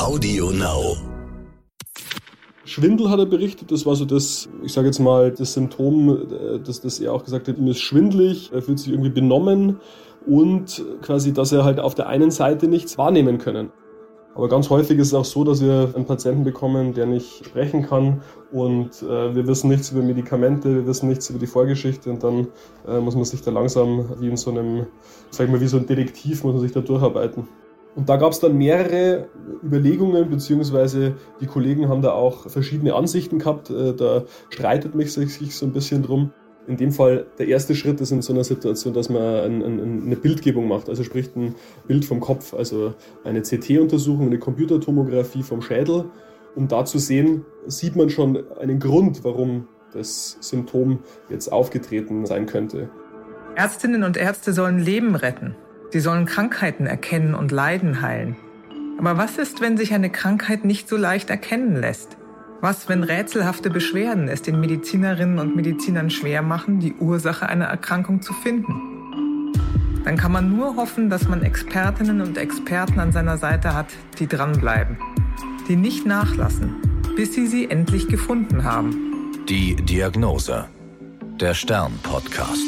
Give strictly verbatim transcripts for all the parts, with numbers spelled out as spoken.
Audio Now. Schwindel hat er berichtet, das war so das, ich sage jetzt mal, das Symptom, das, das er auch gesagt hat, ihm ist schwindelig, er fühlt sich irgendwie benommen und quasi, dass er halt auf der einen Seite nichts wahrnehmen können. Aber ganz häufig ist es auch so, dass wir einen Patienten bekommen, der nicht sprechen kann und äh, wir wissen nichts über Medikamente, wir wissen nichts über die Vorgeschichte und dann äh, muss man sich da langsam wie in so einem, sag ich mal, wie so ein Detektiv, muss man sich da durcharbeiten. Und da gab es dann mehrere Überlegungen, beziehungsweise die Kollegen haben da auch verschiedene Ansichten gehabt, äh, da streitet mich sich so ein bisschen drum. In dem Fall, der erste Schritt ist in so einer Situation, dass man ein, ein, eine Bildgebung macht, also sprich ein Bild vom Kopf, also eine C T-Untersuchung, eine Computertomographie vom Schädel. Um da zu sehen, sieht man schon einen Grund, warum das Symptom jetzt aufgetreten sein könnte. Ärztinnen und Ärzte sollen Leben retten. Sie sollen Krankheiten erkennen und Leiden heilen. Aber was ist, wenn sich eine Krankheit nicht so leicht erkennen lässt? Was, wenn rätselhafte Beschwerden es den Medizinerinnen und Medizinern schwer machen, die Ursache einer Erkrankung zu finden? Dann kann man nur hoffen, dass man Expertinnen und Experten an seiner Seite hat, die dranbleiben, die nicht nachlassen, bis sie sie endlich gefunden haben. Die Diagnose. Der Stern-Podcast.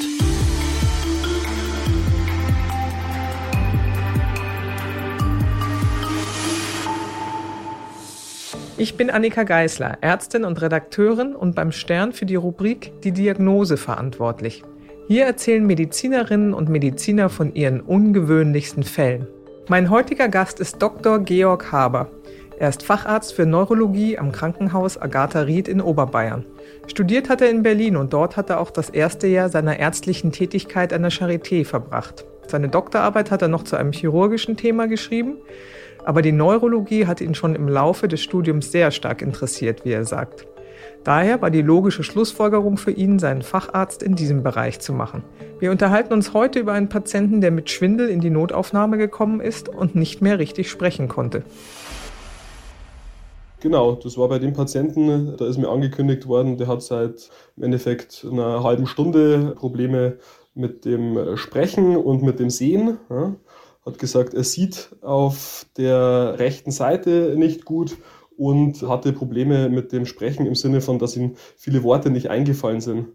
Ich bin Annika Geisler, Ärztin und Redakteurin und beim Stern für die Rubrik Die Diagnose verantwortlich. Hier erzählen Medizinerinnen und Mediziner von ihren ungewöhnlichsten Fällen. Mein heutiger Gast ist Doktor Georg Haber. Er ist Facharzt für Neurologie am Krankenhaus Agatha Ried in Oberbayern. Studiert hat er in Berlin und dort hat er auch das erste Jahr seiner ärztlichen Tätigkeit an der Charité verbracht. Seine Doktorarbeit hat er noch zu einem chirurgischen Thema geschrieben. Aber die Neurologie hat ihn schon im Laufe des Studiums sehr stark interessiert, wie er sagt. Daher war die logische Schlussfolgerung für ihn, seinen Facharzt in diesem Bereich zu machen. Wir unterhalten uns heute über einen Patienten, der mit Schwindel in die Notaufnahme gekommen ist und nicht mehr richtig sprechen konnte. Genau, das war bei dem Patienten, da ist mir angekündigt worden, der hat seit im Endeffekt einer halben Stunde Probleme mit dem Sprechen und mit dem Sehen. Ja. Hat gesagt, er sieht auf der rechten Seite nicht gut und hatte Probleme mit dem Sprechen im Sinne von, dass ihm viele Worte nicht eingefallen sind.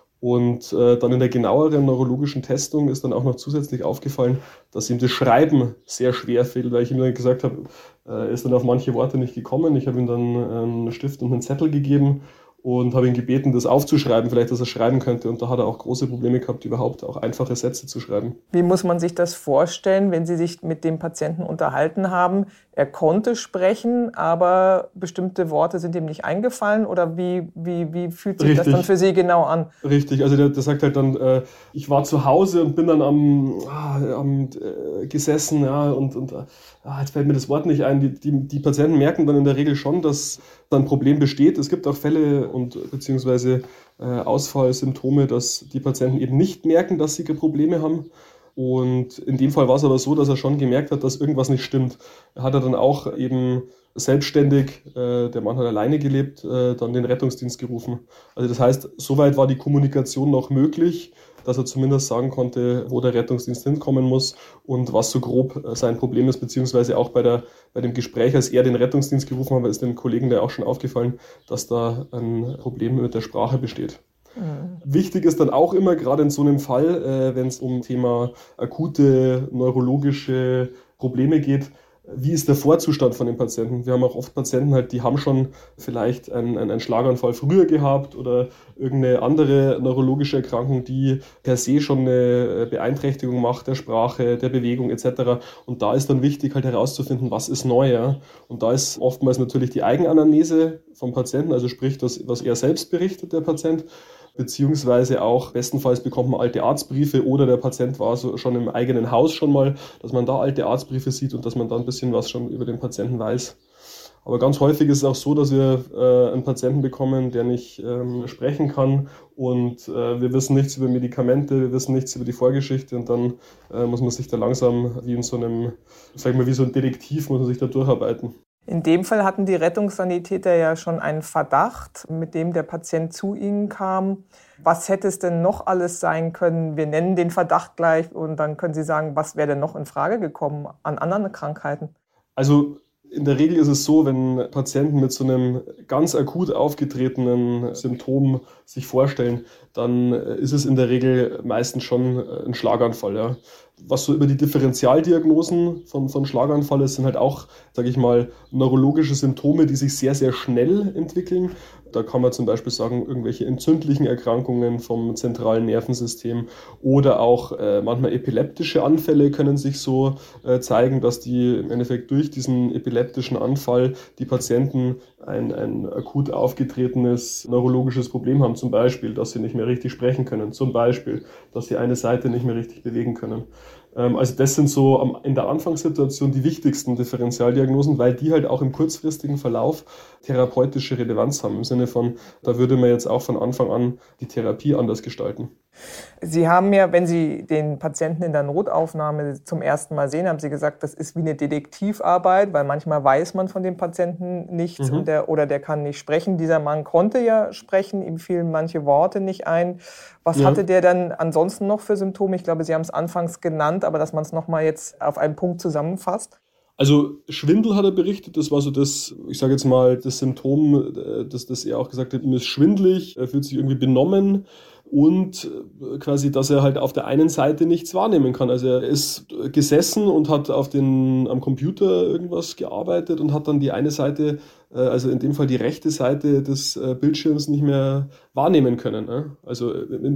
Und äh, dann in der genaueren neurologischen Testung ist dann auch noch zusätzlich aufgefallen, dass ihm das Schreiben sehr schwer fällt, weil ich ihm dann gesagt habe, äh, er ist dann auf manche Worte nicht gekommen. Ich habe ihm dann einen Stift und einen Zettel gegeben und habe ihn gebeten, das aufzuschreiben, vielleicht, dass er schreiben könnte. Und da hat er auch große Probleme gehabt, überhaupt auch einfache Sätze zu schreiben. Wie muss man sich das vorstellen, wenn Sie sich mit dem Patienten unterhalten haben? Er konnte sprechen, aber bestimmte Worte sind ihm nicht eingefallen? Oder wie, wie, wie fühlt sich Richtig. das dann für Sie genau an? Richtig, also der, der sagt halt dann, äh, ich war zu Hause und bin dann am, ah, am äh, gesessen, ja, und, und ah, jetzt fällt mir das Wort nicht ein. Die, die, die Patienten merken dann in der Regel schon, dass da ein Problem besteht. Es gibt auch Fälle und beziehungsweise äh, Ausfallsymptome, dass die Patienten eben nicht merken, dass sie Probleme haben. Und in dem Fall war es aber so, dass er schon gemerkt hat, dass irgendwas nicht stimmt. Er hat er dann auch eben selbstständig, äh, der Mann hat alleine gelebt, äh, dann den Rettungsdienst gerufen. Also das heißt, soweit war die Kommunikation noch möglich, dass er zumindest sagen konnte, wo der Rettungsdienst hinkommen muss und was so grob sein Problem ist, beziehungsweise auch bei, der, bei dem Gespräch, als er den Rettungsdienst gerufen hat, ist dem Kollegen da auch schon aufgefallen, dass da ein Problem mit der Sprache besteht. Mhm. Wichtig ist dann auch immer, gerade in so einem Fall, äh, wenn es um Thema akute neurologische Probleme geht, wie ist der Vorzustand von den Patienten? Wir haben auch oft Patienten, halt, die haben schon vielleicht einen, einen Schlaganfall früher gehabt oder irgendeine andere neurologische Erkrankung, die per se schon eine Beeinträchtigung macht der Sprache, der Bewegung et cetera. Und da ist dann wichtig, halt herauszufinden, was ist neu. Ja? Und da ist oftmals natürlich die Eigenanamnese vom Patienten, also sprich, das, was er selbst berichtet, der Patient, beziehungsweise auch bestenfalls bekommt man alte Arztbriefe oder der Patient war so schon im eigenen Haus schon mal, dass man da alte Arztbriefe sieht und dass man da ein bisschen was schon über den Patienten weiß. Aber ganz häufig ist es auch so, dass wir äh, einen Patienten bekommen, der nicht ähm, sprechen kann und äh, wir wissen nichts über Medikamente, wir wissen nichts über die Vorgeschichte und dann äh, muss man sich da langsam wie in so einem, sag ich mal, wie so ein Detektiv, muss man sich da durcharbeiten. In dem Fall hatten die Rettungssanitäter ja schon einen Verdacht, mit dem der Patient zu Ihnen kam. Was hätte es denn noch alles sein können? Wir nennen den Verdacht gleich und dann können Sie sagen, was wäre denn noch in Frage gekommen an anderen Krankheiten? Also In der Regel ist es so, wenn Patienten mit so einem ganz akut aufgetretenen Symptom sich vorstellen, dann ist es in der Regel meistens schon ein Schlaganfall. Ja. Was so über die Differentialdiagnosen von, von Schlaganfall ist, sind halt auch, sage ich mal, neurologische Symptome, die sich sehr, sehr schnell entwickeln. Da kann man zum Beispiel sagen, irgendwelche entzündlichen Erkrankungen vom zentralen Nervensystem oder auch äh, manchmal epileptische Anfälle können sich so äh, zeigen, dass die im Endeffekt durch diesen epileptischen Anfall die Patienten ein, ein akut aufgetretenes neurologisches Problem haben. Zum Beispiel, dass sie nicht mehr richtig sprechen können. Zum Beispiel, dass sie eine Seite nicht mehr richtig bewegen können. Also das sind so in der Anfangssituation die wichtigsten Differentialdiagnosen, weil die halt auch im kurzfristigen Verlauf therapeutische Relevanz haben. Im Sinne von, da würde man jetzt auch von Anfang an die Therapie anders gestalten. Sie haben ja, wenn Sie den Patienten in der Notaufnahme zum ersten Mal sehen, haben Sie gesagt, das ist wie eine Detektivarbeit, weil manchmal weiß man von dem Patienten nichts mhm. und der, oder der kann nicht sprechen. Dieser Mann konnte ja sprechen, ihm fielen manche Worte nicht ein. Was ja. hatte der dann ansonsten noch für Symptome? Ich glaube, Sie haben es anfangs genannt, aber dass man es nochmal jetzt auf einen Punkt zusammenfasst. Also Schwindel hat er berichtet, das war so das, ich sage jetzt mal, das Symptom, das, das er auch gesagt hat, ihm ist schwindelig, er fühlt sich irgendwie benommen. Und quasi, dass er halt auf der einen Seite nichts wahrnehmen kann. Also er ist gesessen und hat auf den, am Computer irgendwas gearbeitet und hat dann die eine Seite, also in dem Fall die rechte Seite des Bildschirms nicht mehr wahrnehmen können. Also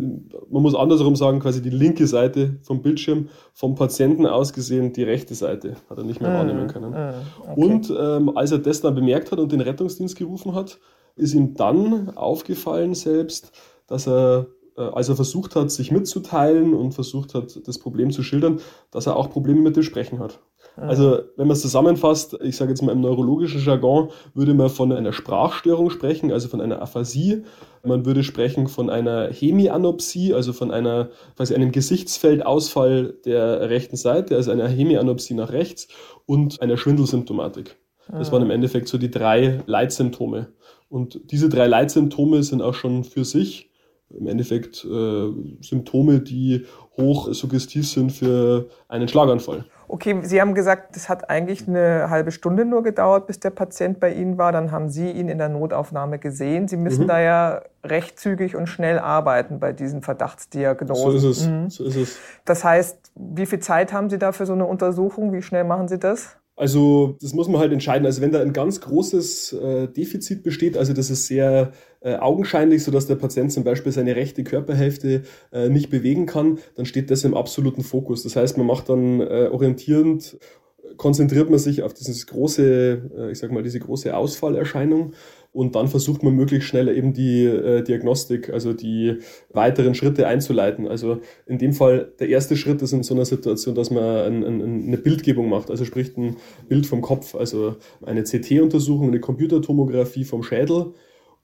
man muss andersrum sagen, quasi die linke Seite vom Bildschirm vom Patienten aus gesehen, die rechte Seite hat er nicht mehr mmh, wahrnehmen können. Mmh, okay. Und ähm, als er das dann bemerkt hat und den Rettungsdienst gerufen hat, ist ihm dann aufgefallen selbst, dass er als er versucht hat, sich mitzuteilen und versucht hat, das Problem zu schildern, dass er auch Probleme mit dem Sprechen hat. Mhm. Also wenn man es zusammenfasst, ich sage jetzt mal im neurologischen Jargon, würde man von einer Sprachstörung sprechen, also von einer Aphasie. Man würde sprechen von einer Hemianopsie, also von einer, quasi einem Gesichtsfeldausfall der rechten Seite, also einer Hemianopsie nach rechts und einer Schwindelsymptomatik. Mhm. Das waren im Endeffekt so die drei Leitsymptome. Und diese drei Leitsymptome sind auch schon für sich im Endeffekt äh, Symptome, die hoch suggestiv sind für einen Schlaganfall. Okay, Sie haben gesagt, das hat eigentlich eine halbe Stunde nur gedauert, bis der Patient bei Ihnen war. Dann haben Sie ihn in der Notaufnahme gesehen. Sie müssen mhm. da ja recht zügig und schnell arbeiten bei diesen Verdachtsdiagnosen. So ist es. Mhm. So ist es. Das heißt, wie viel Zeit haben Sie da für so eine Untersuchung? Wie schnell machen Sie das? Also das muss man halt entscheiden. Also wenn da ein ganz großes äh, Defizit besteht, also das ist sehr äh, augenscheinlich, sodass der Patient zum Beispiel seine rechte Körperhälfte äh, nicht bewegen kann, dann steht das im absoluten Fokus. Das heißt, man macht dann äh, orientierend, konzentriert man sich auf dieses große, äh, ich sag mal, diese große Ausfallerscheinung. Und dann versucht man möglichst schnell eben die äh, Diagnostik, also die weiteren Schritte einzuleiten. Also in dem Fall, der erste Schritt ist in so einer Situation, dass man ein, ein, eine Bildgebung macht, also sprich ein Bild vom Kopf, also eine C T-Untersuchung, eine Computertomographie vom Schädel.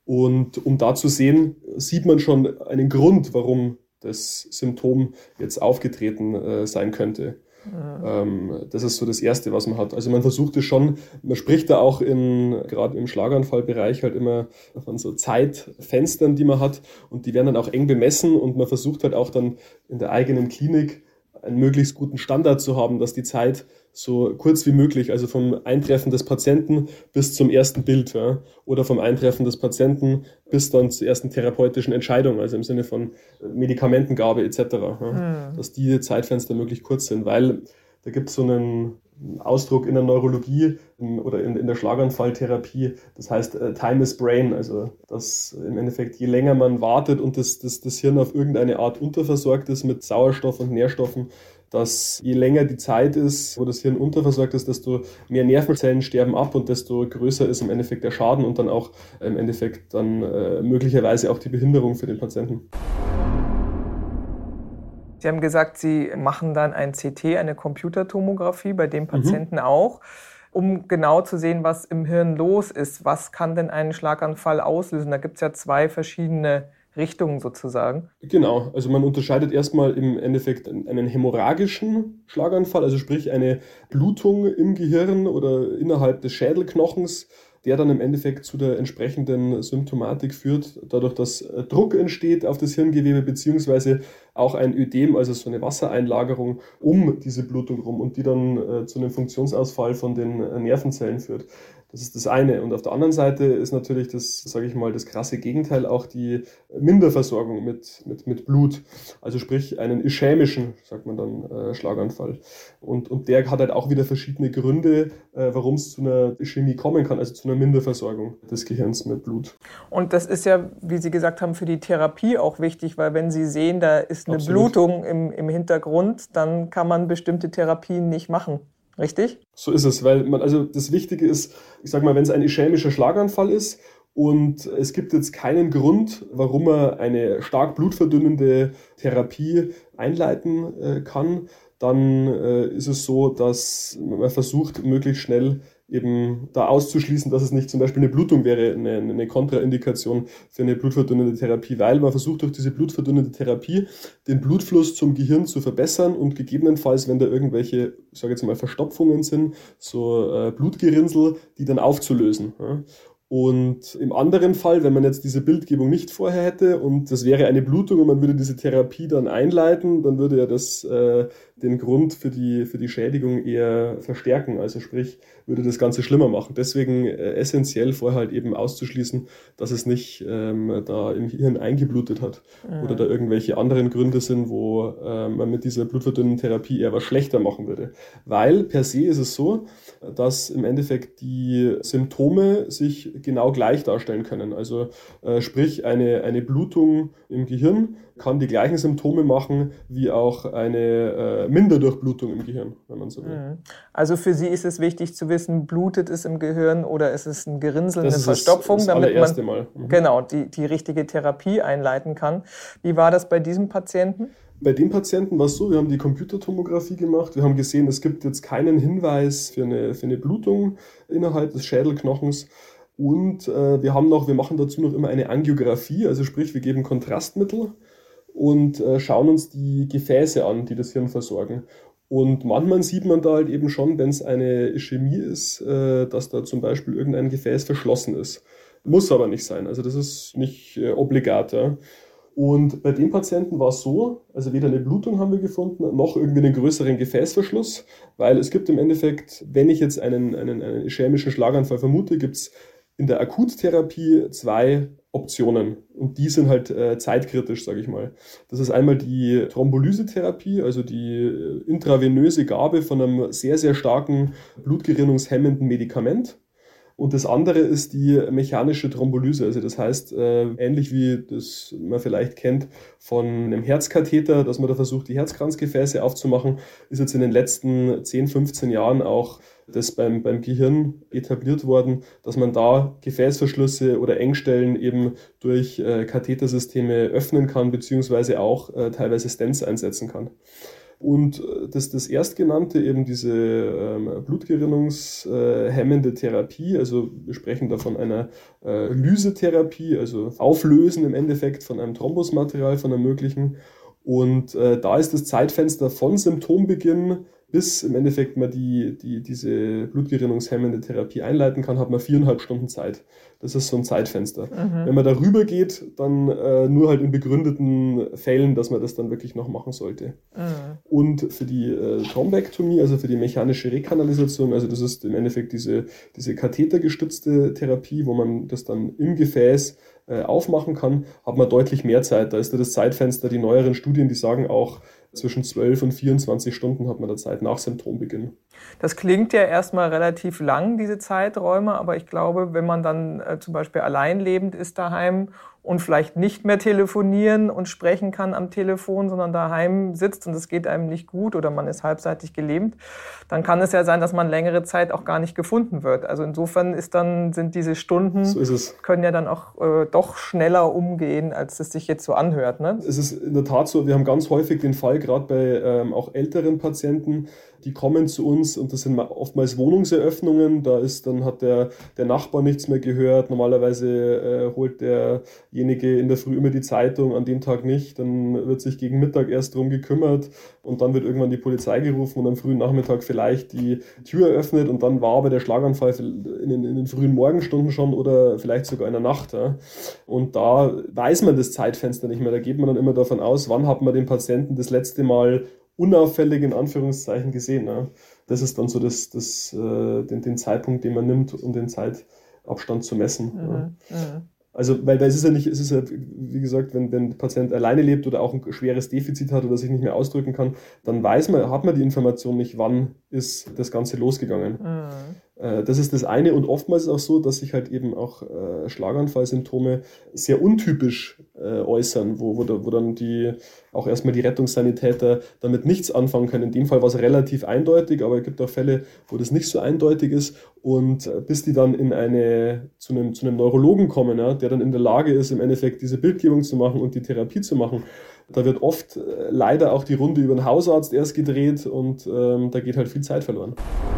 Und um da zu sehen, sieht man schon einen Grund, warum das Symptom jetzt aufgetreten äh, sein könnte. Ja. Ähm, das ist so das Erste, was man hat. Also man versucht es schon, man spricht da auch in, gerade im Schlaganfallbereich halt immer von so Zeitfenstern, die man hat, und die werden dann auch eng bemessen, und man versucht halt auch dann in der eigenen Klinik einen möglichst guten Standard zu haben, dass die Zeit so kurz wie möglich, also vom Eintreffen des Patienten bis zum ersten Bild, ja, oder vom Eintreffen des Patienten bis dann zur ersten therapeutischen Entscheidung, also im Sinne von Medikamentengabe et cetera, ja, mhm. dass die Zeitfenster möglichst kurz sind, weil da gibt es so einen Ausdruck in der Neurologie oder in, in der Schlaganfalltherapie, das heißt uh, Time is Brain, also dass im Endeffekt je länger man wartet und das, das, das Hirn auf irgendeine Art unterversorgt ist mit Sauerstoff und Nährstoffen, dass je länger die Zeit ist, wo das Hirn unterversorgt ist, desto mehr Nervenzellen sterben ab und desto größer ist im Endeffekt der Schaden und dann auch im Endeffekt dann äh, möglicherweise auch die Behinderung für den Patienten. Sie haben gesagt, Sie machen dann ein C T, eine Computertomographie, bei dem Patienten mhm. auch, um genau zu sehen, was im Hirn los ist. Was kann denn einen Schlaganfall auslösen? Da gibt es ja zwei verschiedene Richtungen sozusagen. Genau, also man unterscheidet erstmal im Endeffekt einen hämorrhagischen Schlaganfall, also sprich eine Blutung im Gehirn oder innerhalb des Schädelknochens, der dann im Endeffekt zu der entsprechenden Symptomatik führt, dadurch, dass Druck entsteht auf das Hirngewebe, beziehungsweise auch ein Ödem, also so eine Wassereinlagerung um diese Blutung rum und die dann äh, zu einem Funktionsausfall von den äh, Nervenzellen führt. Das ist das eine. Und auf der anderen Seite ist natürlich das, sage ich mal, das krasse Gegenteil auch die Minderversorgung mit, mit, mit Blut. Also sprich einen ischämischen, sagt man dann, äh, Schlaganfall. Und, und der hat halt auch wieder verschiedene Gründe, äh, warum es zu einer Ischämie kommen kann, also zu einer Minderversorgung des Gehirns mit Blut. Und das ist ja, wie Sie gesagt haben, für die Therapie auch wichtig, weil wenn Sie sehen, da ist eine Absolut. Blutung im, im Hintergrund, dann kann man bestimmte Therapien nicht machen. Richtig? So ist es, weil man, also das Wichtige ist, ich sag mal, wenn es ein ischämischer Schlaganfall ist und es gibt jetzt keinen Grund, warum man eine stark blutverdünnende Therapie einleiten äh, kann, dann äh, ist es so, dass man versucht, möglichst schnell eben da auszuschließen, dass es nicht zum Beispiel eine Blutung wäre, eine, eine Kontraindikation für eine blutverdünnende Therapie, weil man versucht durch diese blutverdünnende Therapie den Blutfluss zum Gehirn zu verbessern und gegebenenfalls, wenn da irgendwelche, ich sage jetzt mal, Verstopfungen sind, so äh, Blutgerinnsel, die dann aufzulösen. Ja. Und im anderen Fall, wenn man jetzt diese Bildgebung nicht vorher hätte und das wäre eine Blutung und man würde diese Therapie dann einleiten, dann würde ja das äh, den Grund für die, für die Schädigung eher verstärken. Also sprich, würde das Ganze schlimmer machen. Deswegen äh, essentiell vorher halt eben auszuschließen, dass es nicht ähm, da im Hirn eingeblutet hat mhm. oder da irgendwelche anderen Gründe sind, wo äh, man mit dieser blutverdünnenden Therapie eher was schlechter machen würde. Weil per se ist es so, dass im Endeffekt die Symptome sich genau gleich darstellen können. Also äh, sprich, eine, eine Blutung im Gehirn kann die gleichen Symptome machen wie auch eine äh, Minderdurchblutung im Gehirn, wenn man so will. Also für Sie ist es wichtig zu wissen, blutet es im Gehirn oder ist es ein Gerinnsel, eine Verstopfung, das, das damit man Mal. Mhm. genau die, die richtige Therapie einleiten kann. Wie war das bei diesem Patienten? Bei dem Patienten war es so, wir haben die Computertomographie gemacht, wir haben gesehen, es gibt jetzt keinen Hinweis für eine, für eine Blutung innerhalb des Schädelknochens. Und äh, wir haben noch, wir machen dazu noch immer eine Angiografie, also sprich, wir geben Kontrastmittel und äh, schauen uns die Gefäße an, die das Hirn versorgen. Und manchmal sieht man da halt eben schon, wenn es eine Ischämie ist, äh, dass da zum Beispiel irgendein Gefäß verschlossen ist. Muss aber nicht sein, also das ist nicht äh, obligat. Ja. Und bei dem Patienten war es so, also weder eine Blutung haben wir gefunden, noch irgendwie einen größeren Gefäßverschluss, weil es gibt im Endeffekt, wenn ich jetzt einen, einen, einen ischämischen Schlaganfall vermute, gibt es in der Akuttherapie zwei Optionen und die sind halt äh, zeitkritisch, sage ich mal. Das ist einmal die Thrombolysetherapie, also die äh, intravenöse Gabe von einem sehr, sehr starken blutgerinnungshemmenden Medikament. Und das andere ist die mechanische Thrombolyse, also das heißt, äh, ähnlich wie das man vielleicht kennt von einem Herzkatheter, dass man da versucht, die Herzkranzgefäße aufzumachen, ist jetzt in den letzten zehn, fünfzehn Jahren auch das beim, beim Gehirn etabliert worden, dass man da Gefäßverschlüsse oder Engstellen eben durch äh, Kathetersysteme öffnen kann, beziehungsweise auch äh, teilweise Stents einsetzen kann. Und das, das erstgenannte, eben diese ähm, blutgerinnungshemmende Therapie, also wir sprechen da von einer äh, Lysetherapie, also Auflösen im Endeffekt von einem Thrombusmaterial, von einem möglichen. Und äh, da ist das Zeitfenster von Symptombeginn bis im Endeffekt man die, die, diese blutgerinnungshemmende Therapie einleiten kann, hat man viereinhalb Stunden Zeit. Das ist so ein Zeitfenster. Mhm. Wenn man darüber geht, dann äh, nur halt in begründeten Fällen, dass man das dann wirklich noch machen sollte. Mhm. Und für die äh, Thrombektomie, also für die mechanische Rekanalisation, also das ist im Endeffekt diese, diese kathetergestützte Therapie, wo man das dann im Gefäß äh, aufmachen kann, hat man deutlich mehr Zeit. Da ist da das Zeitfenster, die neueren Studien, die sagen auch, zwischen zwölf und vierundzwanzig Stunden hat man da Zeit nach Symptombeginn. Das klingt ja erstmal relativ lang, diese Zeiträume, aber ich glaube, wenn man dann äh, zum Beispiel allein lebend ist daheim und vielleicht nicht mehr telefonieren und sprechen kann am Telefon, sondern daheim sitzt und es geht einem nicht gut oder man ist halbseitig gelähmt, dann kann es ja sein, dass man längere Zeit auch gar nicht gefunden wird. Also insofern ist dann, sind diese Stunden, so ist es. Können ja dann auch äh, doch schneller umgehen, als es sich jetzt so anhört. Ne? Es ist in der Tat so, wir haben ganz häufig den Fall, gerade bei ähm, auch älteren Patienten, die kommen zu uns und das sind oftmals Wohnungseröffnungen, da ist, dann hat der, der Nachbar nichts mehr gehört, normalerweise äh, holt derjenige in der Früh immer die Zeitung, an dem Tag nicht, dann wird sich gegen Mittag erst drum gekümmert und dann wird irgendwann die Polizei gerufen und am frühen Nachmittag vielleicht die Tür eröffnet und dann war aber der Schlaganfall in den, in den frühen Morgenstunden schon oder vielleicht sogar in der Nacht. Ja. Und da weiß man das Zeitfenster nicht mehr, da geht man dann immer davon aus, wann hat man den Patienten das letzte Mal unauffällig in Anführungszeichen gesehen. Ja. Das ist dann so das, das, äh, den, den Zeitpunkt, den man nimmt, um den Zeitabstand zu messen. Mhm. Ja. Mhm. Also, weil da ist es ja nicht, es ist ja, wie gesagt, wenn, wenn der Patient alleine lebt oder auch ein schweres Defizit hat oder sich nicht mehr ausdrücken kann, dann weiß man, hat man die Information nicht, wann ist das Ganze losgegangen. Mhm. Das ist das eine und oftmals ist es auch so, dass sich halt eben auch äh, Schlaganfallsymptome sehr untypisch äh, äußern, wo, wo, da, wo dann die auch erstmal die Rettungssanitäter damit nichts anfangen können. In dem Fall war es relativ eindeutig, aber es gibt auch Fälle, wo das nicht so eindeutig ist und äh, bis die dann in eine zu einem, zu einem Neurologen kommen, ja, der dann in der Lage ist, im Endeffekt diese Bildgebung zu machen und die Therapie zu machen. Da wird oft äh, leider auch die Runde über den Hausarzt erst gedreht und ähm, da geht halt viel Zeit verloren.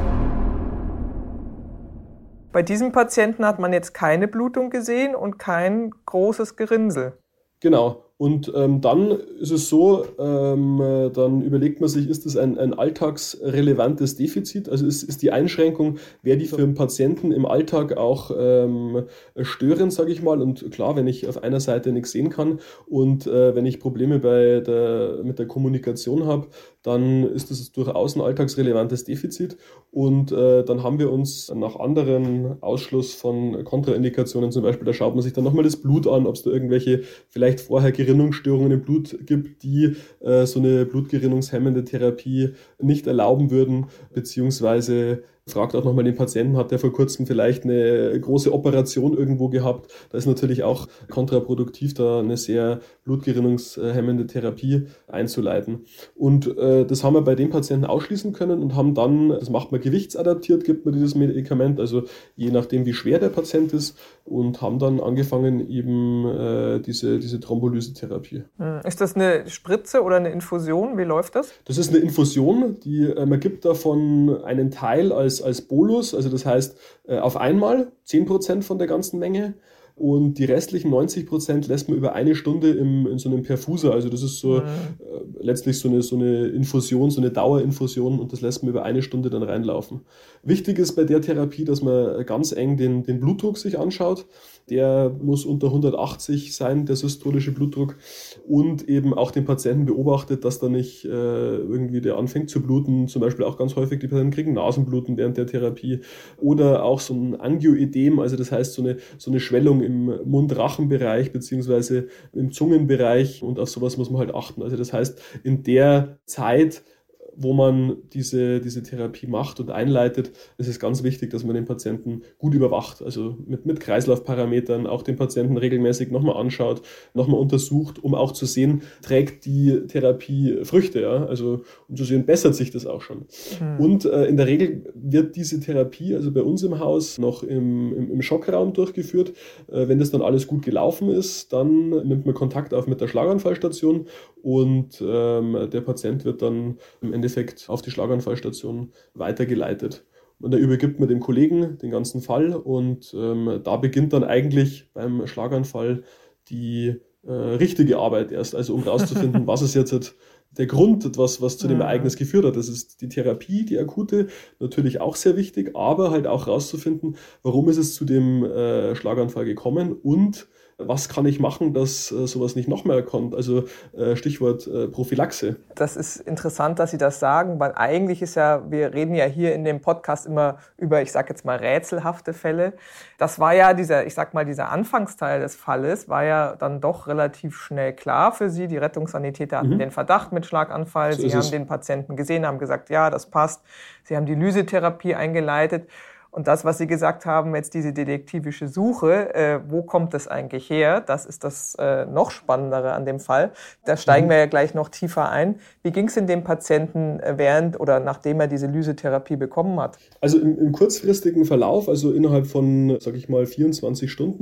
Bei diesem Patienten hat man jetzt keine Blutung gesehen und kein großes Gerinnsel. Genau. Und ähm, dann ist es so, ähm, dann überlegt man sich, ist das ein, ein alltagsrelevantes Defizit? Also ist, ist die Einschränkung, wäre die für den Patienten im Alltag auch ähm, störend, sage ich mal. Und klar, wenn ich auf einer Seite nichts sehen kann und äh, wenn ich Probleme bei der, mit der Kommunikation habe, dann ist das durchaus ein alltagsrelevantes Defizit. Und äh, dann haben wir uns nach anderen Ausschluss von Kontraindikationen zum Beispiel, da schaut man sich dann nochmal das Blut an, ob es da irgendwelche vielleicht vorher Gerinnungsstörungen im Blut gibt, die äh, so eine blutgerinnungshemmende Therapie nicht erlauben würden, beziehungsweise fragt auch nochmal den Patienten, hat der vor kurzem vielleicht eine große Operation irgendwo gehabt. Da ist natürlich auch kontraproduktiv, da eine sehr blutgerinnungshemmende Therapie einzuleiten. Und äh, das haben wir bei den Patienten ausschließen können und haben dann, das macht man gewichtsadaptiert, gibt man dieses Medikament, also je nachdem wie schwer der Patient ist und haben dann angefangen eben äh, diese, diese Thrombolysetherapie. Ist das eine Spritze oder eine Infusion? Wie läuft das? Das ist eine Infusion, die äh, man gibt davon einen Teil als als Bolus, also das heißt äh, auf einmal zehn Prozent von der ganzen Menge und die restlichen neunzig Prozent lässt man über eine Stunde im, in so einem Perfuser, also das ist so mhm. äh, letztlich so eine, so eine Infusion, so eine Dauerinfusion und das lässt man über eine Stunde dann reinlaufen. Wichtig ist bei der Therapie, dass man ganz eng den, den Blutdruck sich anschaut. Der muss unter hundertachtzig sein, der systolische Blutdruck und eben auch den Patienten beobachtet, dass da nicht äh, irgendwie der anfängt zu bluten. Zum Beispiel auch ganz häufig die Patienten kriegen Nasenbluten während der Therapie oder auch so ein Angioödem, also das heißt so eine, so eine Schwellung im Mund-Rachen-Bereich beziehungsweise im Zungenbereich und auf sowas muss man halt achten. Also das heißt, in der Zeit, wo man diese, diese Therapie macht und einleitet, ist es ganz wichtig, dass man den Patienten gut überwacht, also mit, mit Kreislaufparametern auch den Patienten regelmäßig nochmal anschaut, nochmal untersucht, um auch zu sehen, trägt die Therapie Früchte, ja? Also um zu sehen, bessert sich das auch schon. Mhm. Und äh, in der Regel wird diese Therapie, also bei uns im Haus, noch im, im, im Schockraum durchgeführt. Äh, wenn das dann alles gut gelaufen ist, dann nimmt man Kontakt auf mit der Schlaganfallstation und ähm, der Patient wird dann im Endeffekt auf die Schlaganfallstation weitergeleitet. Und da übergibt man dem Kollegen den ganzen Fall und ähm, da beginnt dann eigentlich beim Schlaganfall die äh, richtige Arbeit erst, also um rauszufinden, was ist jetzt der Grund, was, was zu dem Ereignis geführt hat. Das ist die Therapie, die akute, natürlich auch sehr wichtig, aber halt auch rauszufinden, warum ist es zu dem äh, Schlaganfall gekommen und was kann ich machen, dass äh, sowas nicht noch mehr kommt? Also äh, Stichwort äh, Prophylaxe. Das ist interessant, dass Sie das sagen, weil eigentlich ist ja, wir reden ja hier in dem Podcast immer über, ich sag jetzt mal, rätselhafte Fälle. Das war ja dieser, ich sag mal, dieser Anfangsteil des Falles war ja dann doch relativ schnell klar für Sie. Die Rettungssanitäter hatten mhm. den Verdacht mit Schlaganfall. So Sie haben es. den Patienten gesehen, haben gesagt, ja, das passt. Sie haben die Lysetherapie eingeleitet. Und das, was Sie gesagt haben, jetzt diese detektivische Suche, äh, wo kommt das eigentlich her? Das ist das äh, noch Spannendere an dem Fall. Da steigen mhm. wir ja gleich noch tiefer ein. Wie ging es denn dem Patienten während oder nachdem er diese Lysetherapie bekommen hat? Also im, im kurzfristigen Verlauf, also innerhalb von, sag ich mal, vierundzwanzig Stunden,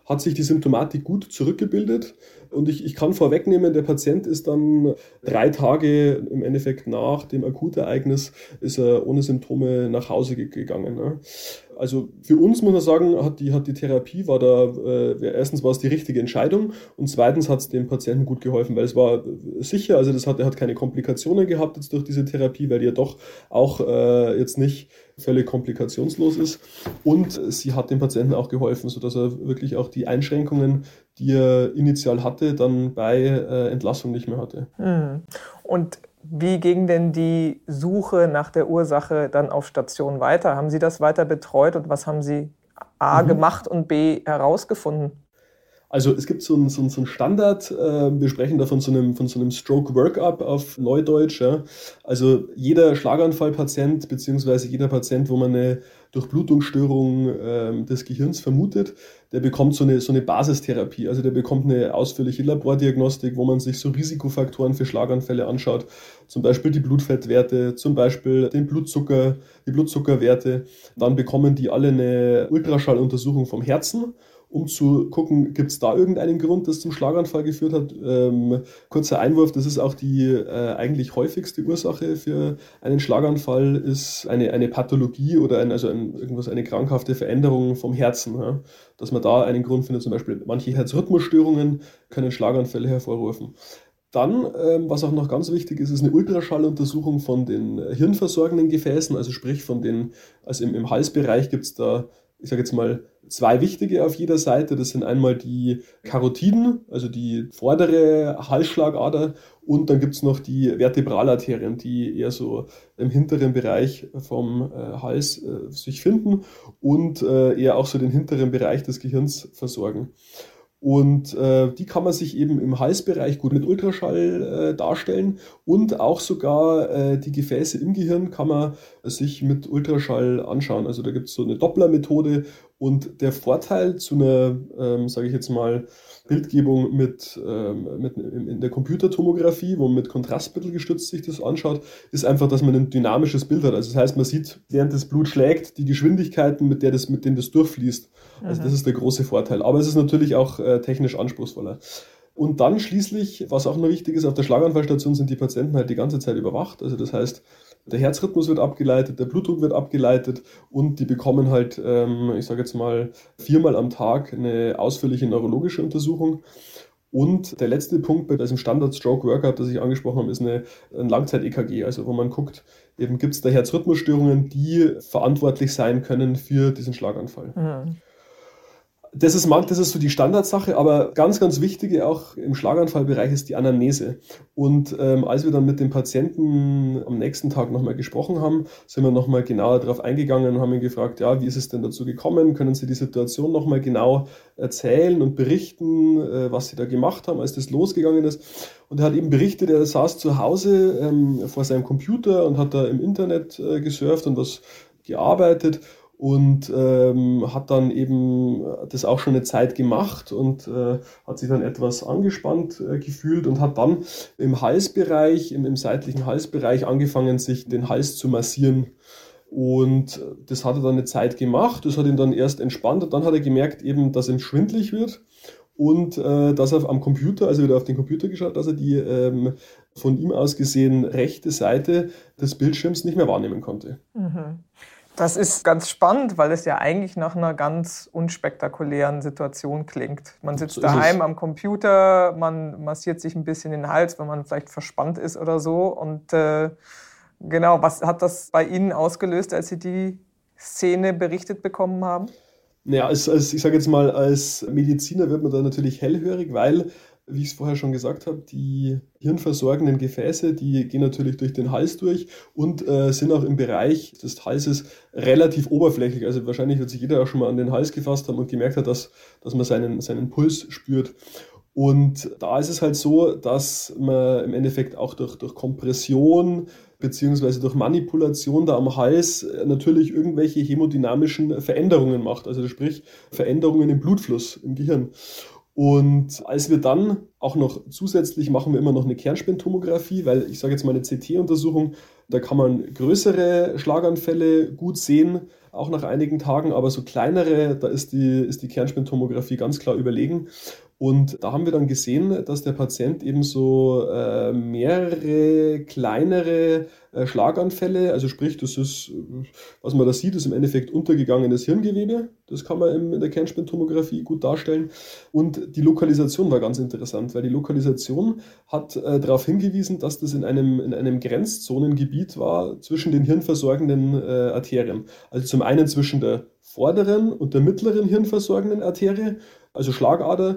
hat sich die Symptomatik gut zurückgebildet. Und ich, ich kann vorwegnehmen, der Patient ist dann drei Tage im Endeffekt nach dem Akutereignis ist er ohne Symptome nach Hause gegangen. Ne? Also für uns muss man sagen, hat die, hat die Therapie, war da, äh, erstens war es die richtige Entscheidung und zweitens hat es dem Patienten gut geholfen, weil es war sicher, also das hat, er hat keine Komplikationen gehabt jetzt durch diese Therapie, weil die ja doch auch äh, jetzt nicht völlig komplikationslos ist und sie hat dem Patienten auch geholfen, sodass er wirklich auch die Einschränkungen, die er initial hatte, dann bei äh, Entlassung nicht mehr hatte. Und wie ging denn die Suche nach der Ursache dann auf Station weiter? Haben Sie das weiter betreut und was haben Sie A mhm. gemacht und B herausgefunden? Also es gibt so einen so so ein Standard, äh, wir sprechen da von so einem, von so einem Stroke-Workup auf Neudeutsch. Ja. Also jeder Schlaganfallpatient beziehungsweise jeder Patient, wo man eine Durchblutungsstörung äh, des Gehirns vermutet, der bekommt so eine, so eine Basistherapie. Also der bekommt eine ausführliche Labordiagnostik, wo man sich so Risikofaktoren für Schlaganfälle anschaut. Zum Beispiel die Blutfettwerte, zum Beispiel den Blutzucker, die Blutzuckerwerte. Dann bekommen die alle eine Ultraschalluntersuchung vom Herzen, um zu gucken, gibt es da irgendeinen Grund, das zum Schlaganfall geführt hat. Ähm, kurzer Einwurf, das ist auch die äh, eigentlich häufigste Ursache für einen Schlaganfall, ist eine, eine Pathologie oder ein, also ein, irgendwas, eine krankhafte Veränderung vom Herzen. Ja? Dass man da einen Grund findet, zum Beispiel manche Herzrhythmusstörungen können Schlaganfälle hervorrufen. Dann, ähm, was auch noch ganz wichtig ist, ist eine Ultraschalluntersuchung von den hirnversorgenden Gefäßen, also sprich von den, also im, im Halsbereich gibt es da, ich sage jetzt mal, zwei wichtige auf jeder Seite. Das sind einmal die Karotiden, also die vordere Halsschlagader, und dann gibt es noch die Vertebralarterien, die eher so im hinteren Bereich vom äh, Hals äh, sich finden und äh, eher auch so den hinteren Bereich des Gehirns versorgen. Und äh, die kann man sich eben im Halsbereich gut mit Ultraschall äh, darstellen und auch sogar äh, die Gefäße im Gehirn kann man sich mit Ultraschall anschauen. Also da gibt es so eine Doppler-Methode und der Vorteil zu einer, ähm, sage ich jetzt mal, Bildgebung mit, ähm, mit in der Computertomographie, wo man mit Kontrastmittel gestützt sich das anschaut, ist einfach, dass man ein dynamisches Bild hat. Also das heißt, man sieht, während das Blut schlägt, die Geschwindigkeiten, mit der das, mit denen das durchfließt. Also mhm. das ist der große Vorteil. Aber es ist natürlich auch äh, technisch anspruchsvoller. Und dann schließlich, was auch noch wichtig ist, auf der Schlaganfallstation sind die Patienten halt die ganze Zeit überwacht. Also das heißt, der Herzrhythmus wird abgeleitet, der Blutdruck wird abgeleitet und die bekommen halt, ähm, ich sage jetzt mal, viermal am Tag eine ausführliche neurologische Untersuchung. Und der letzte Punkt bei diesem Standard-Stroke-Workup, das ich angesprochen habe, ist eine, ein Langzeit-E K G, also wo man guckt, eben gibt es da Herzrhythmusstörungen, die verantwortlich sein können für diesen Schlaganfall. Mhm. Das ist, das ist so die Standardsache, aber ganz, ganz wichtige auch im Schlaganfallbereich ist die Anamnese. Und ähm, als wir dann mit dem Patienten am nächsten Tag nochmal gesprochen haben, sind wir nochmal genauer darauf eingegangen und haben ihn gefragt, ja, wie ist es denn dazu gekommen? Können Sie die Situation nochmal genau erzählen und berichten, äh, was Sie da gemacht haben, als das losgegangen ist? Und er hat eben berichtet, er saß zu Hause ähm, vor seinem Computer und hat da im Internet äh, gesurft und was gearbeitet. Und ähm, hat dann eben das auch schon eine Zeit gemacht und äh, hat sich dann etwas angespannt äh, gefühlt und hat dann im Halsbereich, im, im seitlichen Halsbereich angefangen, sich den Hals zu massieren. Und das hat er dann eine Zeit gemacht, das hat ihn dann erst entspannt und dann hat er gemerkt eben, dass ihm schwindelig wird und äh, dass er am Computer, also wieder auf den Computer geschaut, dass er die ähm, von ihm aus gesehen rechte Seite des Bildschirms nicht mehr wahrnehmen konnte. Mhm. Das ist ganz spannend, weil es ja eigentlich nach einer ganz unspektakulären Situation klingt. Man sitzt so daheim am Computer, man massiert sich ein bisschen den Hals, wenn man vielleicht verspannt ist oder so. Und äh, genau, was hat das bei Ihnen ausgelöst, als Sie die Szene berichtet bekommen haben? Naja, als, als, ich sage jetzt mal, als Mediziner wird man da natürlich hellhörig, weil, wie ich es vorher schon gesagt habe, die hirnversorgenden Gefäße, die gehen natürlich durch den Hals durch und äh, sind auch im Bereich des Halses relativ oberflächlich. Also wahrscheinlich wird sich jeder auch schon mal an den Hals gefasst haben und gemerkt hat, dass, dass man seinen, seinen Puls spürt. Und da ist es halt so, dass man im Endeffekt auch durch, durch Kompression beziehungsweise durch Manipulation da am Hals natürlich irgendwelche hämodynamischen Veränderungen macht. Also sprich Veränderungen im Blutfluss im Gehirn. Und als wir dann auch noch zusätzlich machen wir immer noch eine Kernspintomographie, weil ich sage jetzt mal eine C T-Untersuchung, da kann man größere Schlaganfälle gut sehen, auch nach einigen Tagen, aber so kleinere, da ist die, ist die Kernspintomographie ganz klar überlegen. Und da haben wir dann gesehen, dass der Patient eben so äh, mehrere kleinere äh, Schlaganfälle, also sprich, das ist, was man da sieht, ist im Endeffekt untergegangenes Hirngewebe. Das kann man im, in der Kernspintomographie gut darstellen. Und die Lokalisation war ganz interessant, weil die Lokalisation hat äh, darauf hingewiesen, dass das in einem, in einem Grenzzonengebiet war zwischen den hirnversorgenden äh, Arterien. Also zum einen zwischen der vorderen und der mittleren hirnversorgenden Arterie, also Schlagader.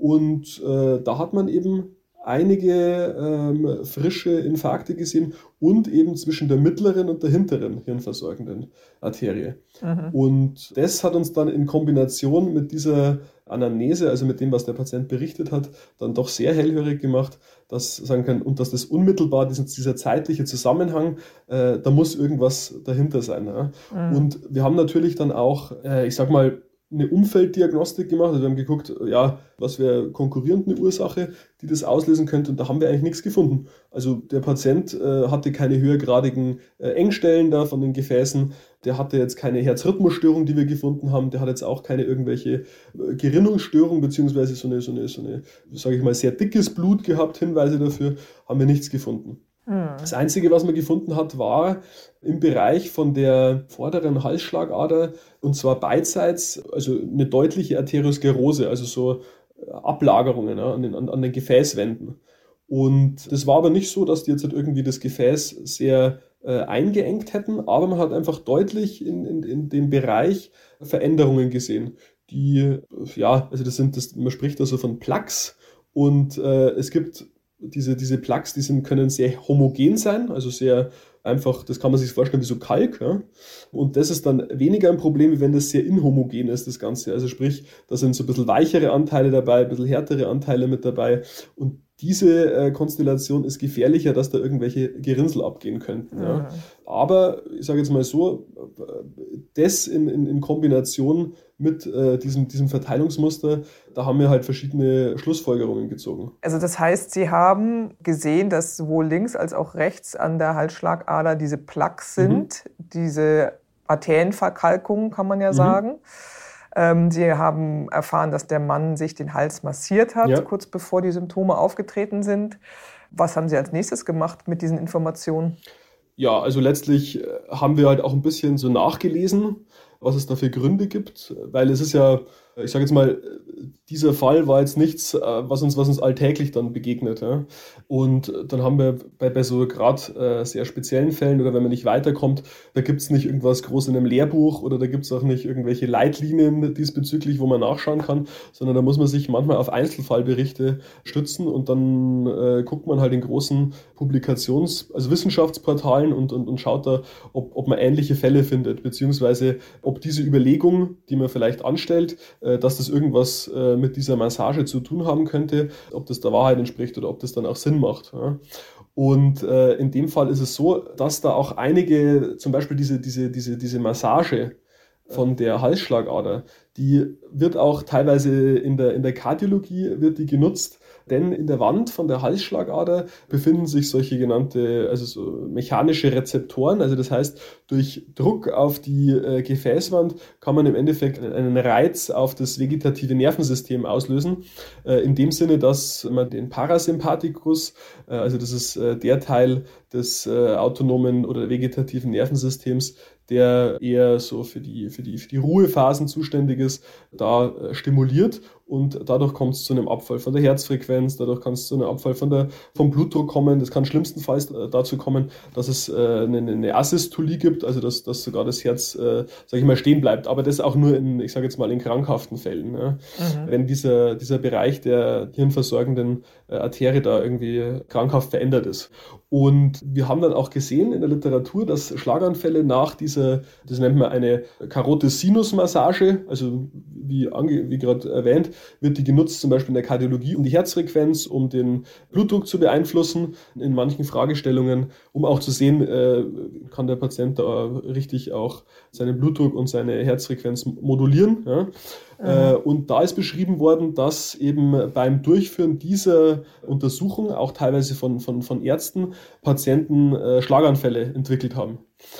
Und äh, da hat man eben einige ähm, frische Infarkte gesehen und eben zwischen der mittleren und der hinteren hirnversorgenden Arterie. Mhm. Und das hat uns dann in Kombination mit dieser Anamnese, also mit dem, was der Patient berichtet hat, dann doch sehr hellhörig gemacht, dass sagen kann, und dass das unmittelbar, dieser, dieser zeitliche Zusammenhang, äh, da muss irgendwas dahinter sein. Ja? Mhm. Und wir haben natürlich dann auch, äh, ich sag mal, eine Umfelddiagnostik gemacht. Also wir haben geguckt, ja, was wäre konkurrierend eine Ursache, die das auslösen könnte. Und da haben wir eigentlich nichts gefunden. Also der Patient äh, hatte keine höhergradigen äh, Engstellen da von den Gefäßen. Der hatte jetzt keine Herzrhythmusstörung, die wir gefunden haben. Der hat jetzt auch keine irgendwelche äh, Gerinnungsstörung, beziehungsweise so eine, so eine, so eine, sage ich mal, sehr dickes Blut gehabt. Hinweise dafür haben wir nichts gefunden. Das Einzige, was man gefunden hat, war im Bereich von der vorderen Halsschlagader, und zwar beidseits, also eine deutliche Arteriosklerose, also so Ablagerungen, ja, an, den, an, an den Gefäßwänden. Und das war aber nicht so, dass die jetzt halt irgendwie das Gefäß sehr äh, eingeengt hätten, aber man hat einfach deutlich in, in, in dem Bereich Veränderungen gesehen. Die, ja, also das sind, das, man spricht also von Plaques, und äh, es gibt Diese, diese Plaques, die sind, können sehr homogen sein, also sehr einfach, das kann man sich vorstellen wie so Kalk. Ja? Und das ist dann weniger ein Problem, wie wenn das sehr inhomogen ist, das Ganze. Also sprich, da sind so ein bisschen weichere Anteile dabei, ein bisschen härtere Anteile mit dabei. Und diese äh, Konstellation ist gefährlicher, dass da irgendwelche Gerinnsel abgehen könnten. Ja? Mhm. Aber ich sage jetzt mal so, das in, in, in Kombination mit äh, diesem, diesem Verteilungsmuster, da haben wir halt verschiedene Schlussfolgerungen gezogen. Also das heißt, Sie haben gesehen, dass sowohl links als auch rechts an der Halsschlagader diese Plaques sind, mhm. diese Arterienverkalkungen, kann man ja mhm. sagen. Ähm, Sie haben erfahren, dass der Mann sich den Hals massiert hat, ja. kurz bevor die Symptome aufgetreten sind. Was haben Sie als nächstes gemacht mit diesen Informationen? Ja, also letztlich haben wir halt auch ein bisschen so nachgelesen, was es da für Gründe gibt, weil es ist ja, ich sage jetzt mal, dieser Fall war jetzt nichts, was uns, was uns alltäglich dann begegnet. Ja. Und dann haben wir bei, bei so gerade äh, sehr speziellen Fällen oder wenn man nicht weiterkommt, da gibt es nicht irgendwas groß in einem Lehrbuch oder da gibt es auch nicht irgendwelche Leitlinien diesbezüglich, wo man nachschauen kann, sondern da muss man sich manchmal auf Einzelfallberichte stützen und dann äh, guckt man halt in großen Publikations-, also Wissenschaftsportalen und, und, und schaut da, ob, ob man ähnliche Fälle findet, beziehungsweise ob diese Überlegung, die man vielleicht anstellt, äh, dass das irgendwas äh, mit dieser Massage zu tun haben könnte, ob das der Wahrheit entspricht oder ob das dann auch Sinn macht. Ja. Und äh, in dem Fall ist es so, dass da auch einige, zum Beispiel diese, diese, diese, diese Massage von der Halsschlagader, die wird auch teilweise in der, in der Kardiologie wird die genutzt, denn in der Wand von der Halsschlagader befinden sich solche genannte, also so mechanische Rezeptoren. Also das heißt, durch Druck auf die äh, Gefäßwand kann man im Endeffekt einen Reiz auf das vegetative Nervensystem auslösen. Äh, in dem Sinne, dass man den Parasympathikus, äh, also das ist äh, der Teil des äh, autonomen oder vegetativen Nervensystems, der eher so für die, für die, für die Ruhephasen zuständig ist, da äh, stimuliert und dadurch kommt es zu einem Abfall von der Herzfrequenz, dadurch kann es zu einem Abfall von der, vom Blutdruck kommen. Das kann schlimmstenfalls äh, dazu kommen, dass es äh, eine, eine Asystolie gibt, also dass, dass sogar das Herz, äh, sage ich mal, stehen bleibt. Aber das auch nur in, ich sage jetzt mal, in krankhaften Fällen. Ja. Mhm. Wenn dieser, dieser Bereich der hirnversorgenden äh, Arterie da irgendwie krankhaft verändert ist. Und wir haben dann auch gesehen in der Literatur, dass Schlaganfälle nach dieser, das nennt man eine Karotis-Sinus-Massage, also wie, ange, wie gerade erwähnt, wird die genutzt zum Beispiel in der Kardiologie, um die Herzfrequenz, um den Blutdruck zu beeinflussen in manchen Fragestellungen, um auch zu sehen, äh, kann der Patient da richtig auch seinen Blutdruck und seine Herzfrequenz modulieren. Ja? Mhm. Und da ist beschrieben worden, dass eben beim Durchführen dieser Untersuchung, auch teilweise von, von, von Ärzten, Patienten äh, Schlaganfälle entwickelt haben.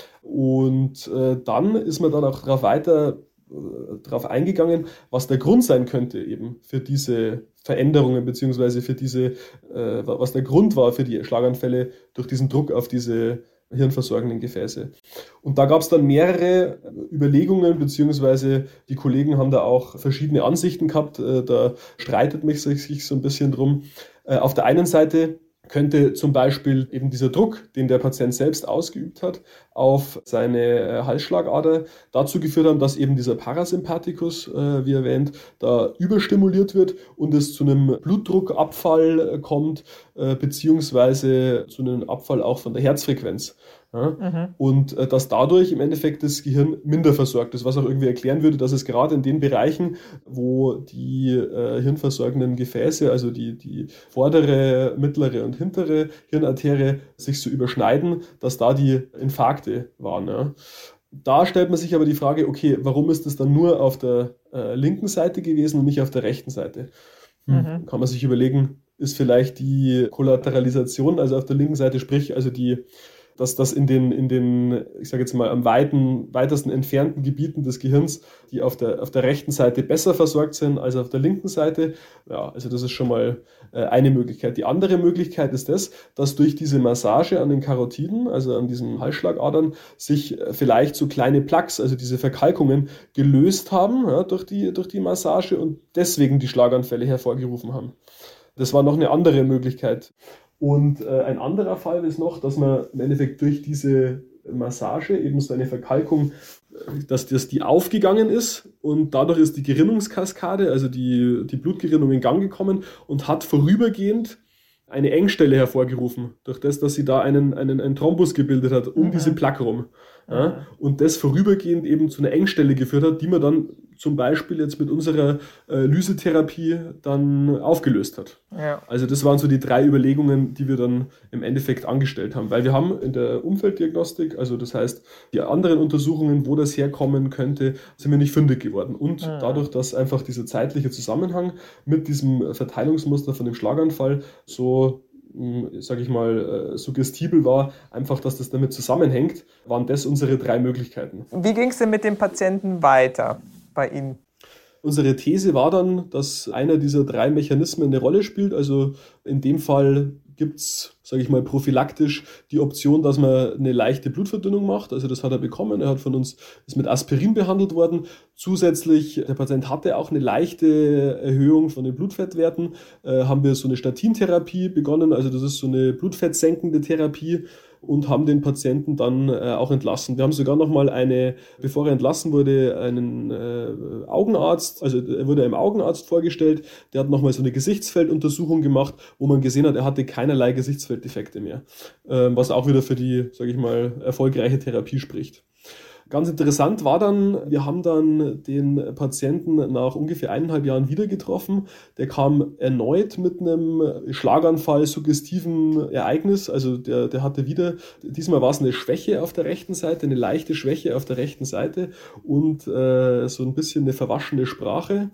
Und äh, dann ist man dann auch darauf weiter äh, darauf eingegangen, was der Grund sein könnte eben für diese Veränderungen, beziehungsweise für diese, äh, was der Grund war für die Schlaganfälle durch diesen Druck auf diese hirnversorgenden Gefäße. Und da gab es dann mehrere Überlegungen, beziehungsweise die Kollegen haben da auch verschiedene Ansichten gehabt. Da streitet mich sich so ein bisschen drum. Auf der einen Seite könnte zum Beispiel eben dieser Druck, den der Patient selbst ausgeübt hat, auf seine Halsschlagader dazu geführt haben, dass eben dieser Parasympathikus, äh, wie erwähnt, da überstimuliert wird und es zu einem Blutdruckabfall kommt, äh, beziehungsweise zu einem Abfall auch von der Herzfrequenz. Ja? Mhm. Und äh, dass dadurch im Endeffekt das Gehirn minder versorgt ist, was auch irgendwie erklären würde, dass es gerade in den Bereichen, wo die äh, hirnversorgenden Gefäße, also die, die vordere, mittlere und hintere Hirnarterie sich so überschneiden, dass da die Infarkte waren. Ja? Da stellt man sich aber die Frage, okay, warum ist das dann nur auf der äh, linken Seite gewesen und nicht auf der rechten Seite? Hm, mhm. Kann man sich überlegen, ist vielleicht die Kollateralisation, also auf der linken Seite, sprich also die dass das in den, in den, ich sage jetzt mal, am weiten, weitesten entfernten Gebieten des Gehirns, die auf der, auf der rechten Seite besser versorgt sind als auf der linken Seite. Ja, also das ist schon mal äh, eine Möglichkeit. Die andere Möglichkeit ist das, dass durch diese Massage an den Karotiden, also an diesen Halsschlagadern, sich äh, vielleicht so kleine Plaques, also diese Verkalkungen, gelöst haben, ja, durch die, durch die Massage und deswegen die Schlaganfälle hervorgerufen haben. Das war noch eine andere Möglichkeit. Und äh, ein anderer Fall ist noch, dass man im Endeffekt durch diese Massage eben so eine Verkalkung, dass das die aufgegangen ist und dadurch ist die Gerinnungskaskade, also die, die Blutgerinnung in Gang gekommen und hat vorübergehend eine Engstelle hervorgerufen, durch das, dass sie da einen, einen, einen Thrombus gebildet hat, um mhm. diese Plaque rum. Ja, und das vorübergehend eben zu einer Engstelle geführt hat, die man dann zum Beispiel jetzt mit unserer äh, Lysetherapie dann aufgelöst hat. Ja. Also das waren so die drei Überlegungen, die wir dann im Endeffekt angestellt haben. Weil wir haben in der Umfelddiagnostik, also das heißt die anderen Untersuchungen, wo das herkommen könnte, sind wir nicht fündig geworden. Und ja. dadurch, dass einfach dieser zeitliche Zusammenhang mit diesem Verteilungsmuster von dem Schlaganfall so, sage ich mal, suggestibel war, einfach, dass das damit zusammenhängt, waren das unsere drei Möglichkeiten. Wie ging es denn mit dem Patienten weiter bei Ihnen? Unsere These war dann, dass einer dieser drei Mechanismen eine Rolle spielt. Also in dem Fall gibt es, sage ich mal, prophylaktisch die Option, dass man eine leichte Blutverdünnung macht. Also das hat er bekommen. Er hat von uns, ist mit Aspirin behandelt worden. Zusätzlich, der Patient hatte auch eine leichte Erhöhung von den Blutfettwerten. Äh, haben wir so eine Statintherapie begonnen. Also das ist so eine blutfettsenkende Therapie. Und haben den Patienten dann äh, auch entlassen. Wir haben sogar nochmal eine, bevor er entlassen wurde, einen äh, Augenarzt, also er wurde einem Augenarzt vorgestellt, der hat nochmal so eine Gesichtsfelduntersuchung gemacht, wo man gesehen hat, er hatte keinerlei Gesichtsfelddefekte mehr, äh, was auch wieder für die, sage ich mal, erfolgreiche Therapie spricht. Ganz interessant war dann, wir haben dann den Patienten nach ungefähr eineinhalb Jahren wieder getroffen. Der kam erneut mit einem Schlaganfall, suggestiven Ereignis. Also der, der hatte wieder, diesmal war es eine Schwäche auf der rechten Seite, eine leichte Schwäche auf der rechten Seite und äh, so ein bisschen eine verwaschene Sprache.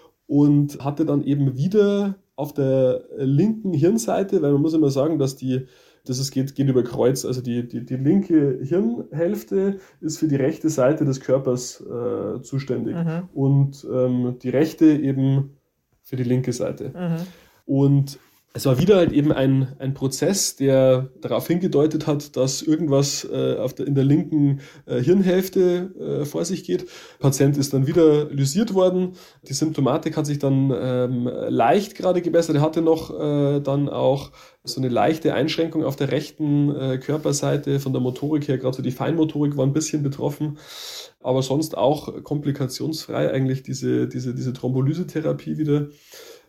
Und hatte dann eben wieder auf der linken Hirnseite, weil man muss immer sagen, dass die Das ist, geht, geht über Kreuz, also die, die, die linke Hirnhälfte ist für die rechte Seite des Körpers äh, zuständig mhm. und ähm, die rechte eben für die linke Seite. Mhm. Und es war wieder halt eben ein, ein Prozess, der darauf hingedeutet hat, dass irgendwas äh, auf der, in der linken äh, Hirnhälfte äh, vor sich geht. Der Patient ist dann wieder lysiert worden. Die Symptomatik hat sich dann ähm, leicht gerade gebessert. Er hatte noch äh, dann auch so eine leichte Einschränkung auf der rechten äh, Körperseite von der Motorik her. Gerade so die Feinmotorik war ein bisschen betroffen. Aber sonst auch komplikationsfrei eigentlich diese, diese, diese Thrombolysetherapie wieder.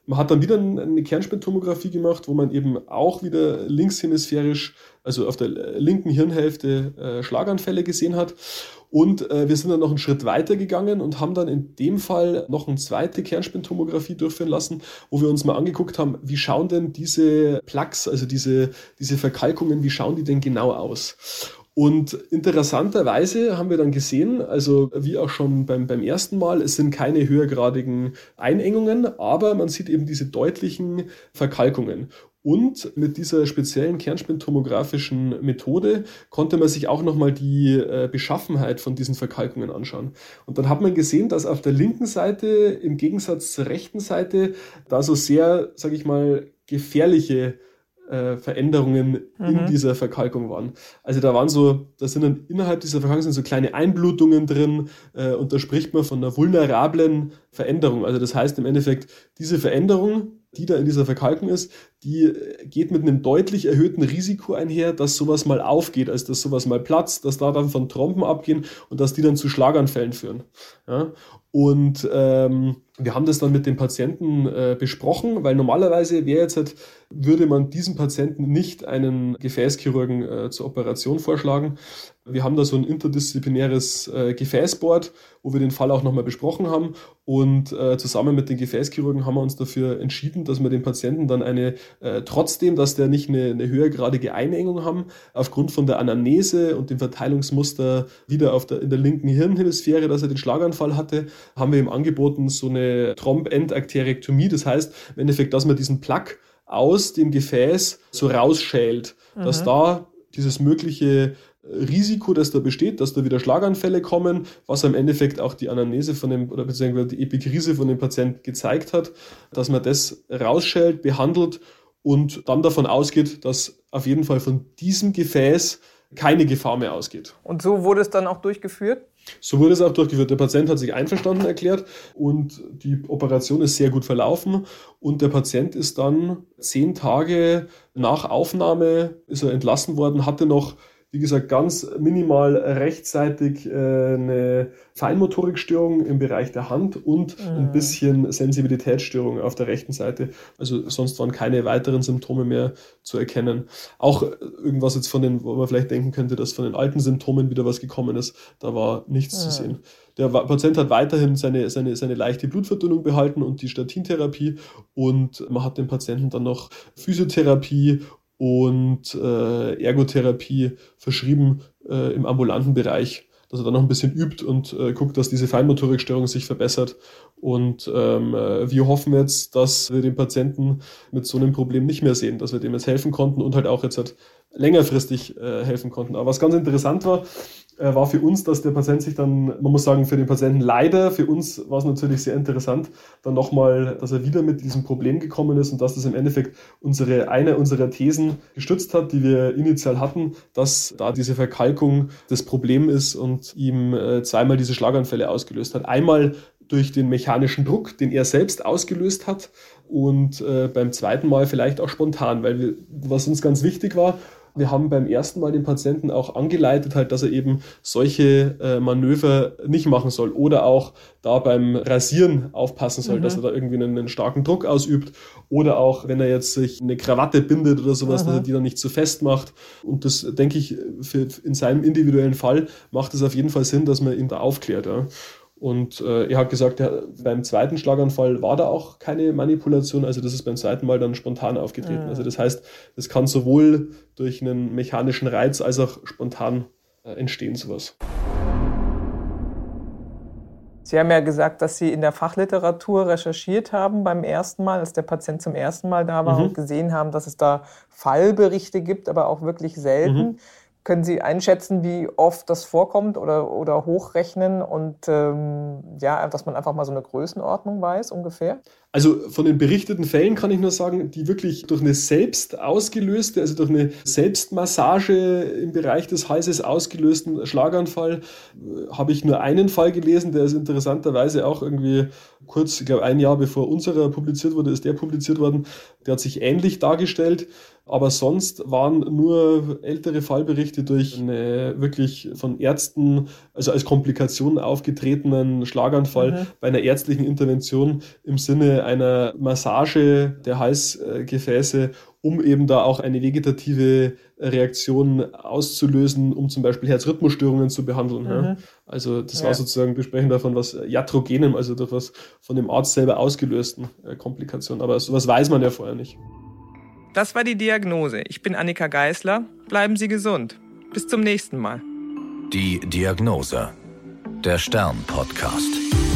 Man hat dann wieder eine Kernspintomographie gemacht, wo man eben auch wieder linkshemisphärisch, also auf der linken Hirnhälfte äh, Schlaganfälle gesehen hat. Und äh, wir sind dann noch einen Schritt weiter gegangen und haben dann in dem Fall noch eine zweite Kernspintomographie durchführen lassen, wo wir uns mal angeguckt haben, wie schauen denn diese Plaques, also diese, diese Verkalkungen, wie schauen die denn genau aus? Und interessanterweise haben wir dann gesehen, also wie auch schon beim, beim ersten Mal, es sind keine höhergradigen Einengungen, aber man sieht eben diese deutlichen Verkalkungen. Und mit dieser speziellen kernspintomografischen Methode konnte man sich auch nochmal die äh, Beschaffenheit von diesen Verkalkungen anschauen. Und dann hat man gesehen, dass auf der linken Seite im Gegensatz zur rechten Seite da so sehr, sage ich mal, gefährliche äh, Veränderungen mhm. in dieser Verkalkung waren. Also da waren so, da sind dann innerhalb dieser Verkalkung sind so kleine Einblutungen drin äh, und da spricht man von einer vulnerablen Veränderung. Also das heißt im Endeffekt, diese Veränderung, die da in dieser Verkalkung ist, die geht mit einem deutlich erhöhten Risiko einher, dass sowas mal aufgeht, also dass sowas mal platzt, dass da dann von Trompen abgehen und dass die dann zu Schlaganfällen führen. Ja? Und ähm, wir haben das dann mit dem Patienten äh, besprochen, weil normalerweise wäre jetzt halt, würde man diesem Patienten nicht einen Gefäßchirurgen äh, zur Operation vorschlagen. Wir haben da so ein interdisziplinäres äh, Gefäßboard, wo wir den Fall auch nochmal besprochen haben und äh, zusammen mit den Gefäßchirurgen haben wir uns dafür entschieden, dass wir den Patienten dann eine, äh, trotzdem, dass der nicht eine, eine höhergradige Einengung haben, aufgrund von der Anamnese und dem Verteilungsmuster wieder auf der, in der linken Hirnhemisphäre, dass er den Schlaganfall hatte, haben wir ihm angeboten, so eine Thrombendakterektomie, das heißt im Endeffekt, dass man diesen Plaque aus dem Gefäß so rausschält, mhm. dass da dieses mögliche Risiko, das da besteht, dass da wieder Schlaganfälle kommen, was im Endeffekt auch die Anamnese von dem, oder beziehungsweise die Epikrise von dem Patienten gezeigt hat, dass man das rausschält, behandelt und dann davon ausgeht, dass auf jeden Fall von diesem Gefäß keine Gefahr mehr ausgeht. Und so wurde es dann auch durchgeführt? So wurde es auch durchgeführt. Der Patient hat sich einverstanden erklärt und die Operation ist sehr gut verlaufen und der Patient ist dann zehn Tage nach Aufnahme ist er entlassen worden, hatte noch, wie gesagt, ganz minimal rechtsseitig äh, eine Feinmotorikstörung im Bereich der Hand und mhm. ein bisschen Sensibilitätsstörung auf der rechten Seite. Also sonst waren keine weiteren Symptome mehr zu erkennen. Auch irgendwas jetzt von den, wo man vielleicht denken könnte, dass von den alten Symptomen wieder was gekommen ist, da war nichts mhm. zu sehen. Der Patient hat weiterhin seine, seine, seine leichte Blutverdünnung behalten und die Statintherapie und man hat dem Patienten dann noch Physiotherapie und äh, Ergotherapie verschrieben äh, im ambulanten Bereich, dass er dann noch ein bisschen übt und äh, guckt, dass diese Feinmotorikstörung sich verbessert. Und ähm, wir hoffen jetzt, dass wir den Patienten mit so einem Problem nicht mehr sehen, dass wir dem jetzt helfen konnten und halt auch jetzt halt längerfristig äh, helfen konnten. Aber was ganz interessant war, äh, war für uns, dass der Patient sich dann, man muss sagen, für den Patienten leider, für uns war es natürlich sehr interessant, dann nochmal, dass er wieder mit diesem Problem gekommen ist und dass das im Endeffekt unsere, eine unserer Thesen gestützt hat, die wir initial hatten, dass da diese Verkalkung das Problem ist und ihm äh, zweimal diese Schlaganfälle ausgelöst hat. Einmal durch den mechanischen Druck, den er selbst ausgelöst hat und äh, beim zweiten Mal vielleicht auch spontan, weil wir, was uns ganz wichtig war, wir haben beim ersten Mal den Patienten auch angeleitet, halt, dass er eben solche äh, Manöver nicht machen soll oder auch da beim Rasieren aufpassen soll, mhm. dass er da irgendwie einen, einen starken Druck ausübt oder auch, wenn er jetzt sich eine Krawatte bindet oder sowas, mhm. dass er die dann nicht zu fest macht. Und das, denke ich, für, in seinem individuellen Fall macht es auf jeden Fall Sinn, dass man ihn da aufklärt. Ja. Und äh, er hat gesagt, ja, beim zweiten Schlaganfall war da auch keine Manipulation, also das ist beim zweiten Mal dann spontan aufgetreten. Mhm. Also das heißt, das kann sowohl durch einen mechanischen Reiz als auch spontan äh, entstehen, sowas. Sie haben ja gesagt, dass Sie in der Fachliteratur recherchiert haben beim ersten Mal, als der Patient zum ersten Mal da war mhm. und gesehen haben, dass es da Fallberichte gibt, aber auch wirklich selten. Mhm. Können Sie einschätzen, wie oft das vorkommt oder, oder hochrechnen und ähm, ja, dass man einfach mal so eine Größenordnung weiß ungefähr? Also von den berichteten Fällen kann ich nur sagen, die wirklich durch eine selbst ausgelöste, also durch eine Selbstmassage im Bereich des Halses ausgelösten Schlaganfall, äh, habe ich nur einen Fall gelesen, der ist interessanterweise auch irgendwie kurz, ich glaube ein Jahr bevor unserer publiziert wurde, ist der publiziert worden. Der hat sich ähnlich dargestellt. Aber sonst waren nur ältere Fallberichte durch eine wirklich von Ärzten, also als Komplikation aufgetretenen Schlaganfall mhm. bei einer ärztlichen Intervention im Sinne einer Massage der Halsgefäße, um eben da auch eine vegetative Reaktion auszulösen, um zum Beispiel Herzrhythmusstörungen zu behandeln. Mhm. Ja. Also das ja. war sozusagen, wir sprechen davon was Iatrogenem, also durch was von dem Arzt selber ausgelösten äh, Komplikationen. Aber sowas weiß man ja vorher nicht. Das war die Diagnose. Ich bin Annika Geisler. Bleiben Sie gesund. Bis zum nächsten Mal. Die Diagnose. Der Stern-Podcast.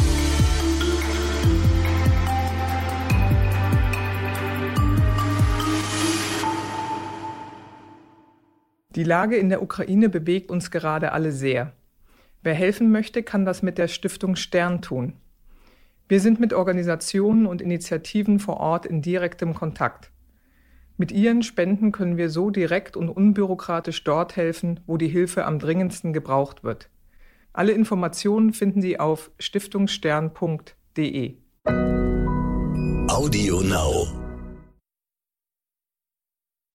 Die Lage in der Ukraine bewegt uns gerade alle sehr. Wer helfen möchte, kann das mit der Stiftung Stern tun. Wir sind mit Organisationen und Initiativen vor Ort in direktem Kontakt. Mit ihren Spenden können wir so direkt und unbürokratisch dort helfen, wo die Hilfe am dringendsten gebraucht wird. Alle Informationen finden Sie auf stiftungsstern punkt de. Audio Now.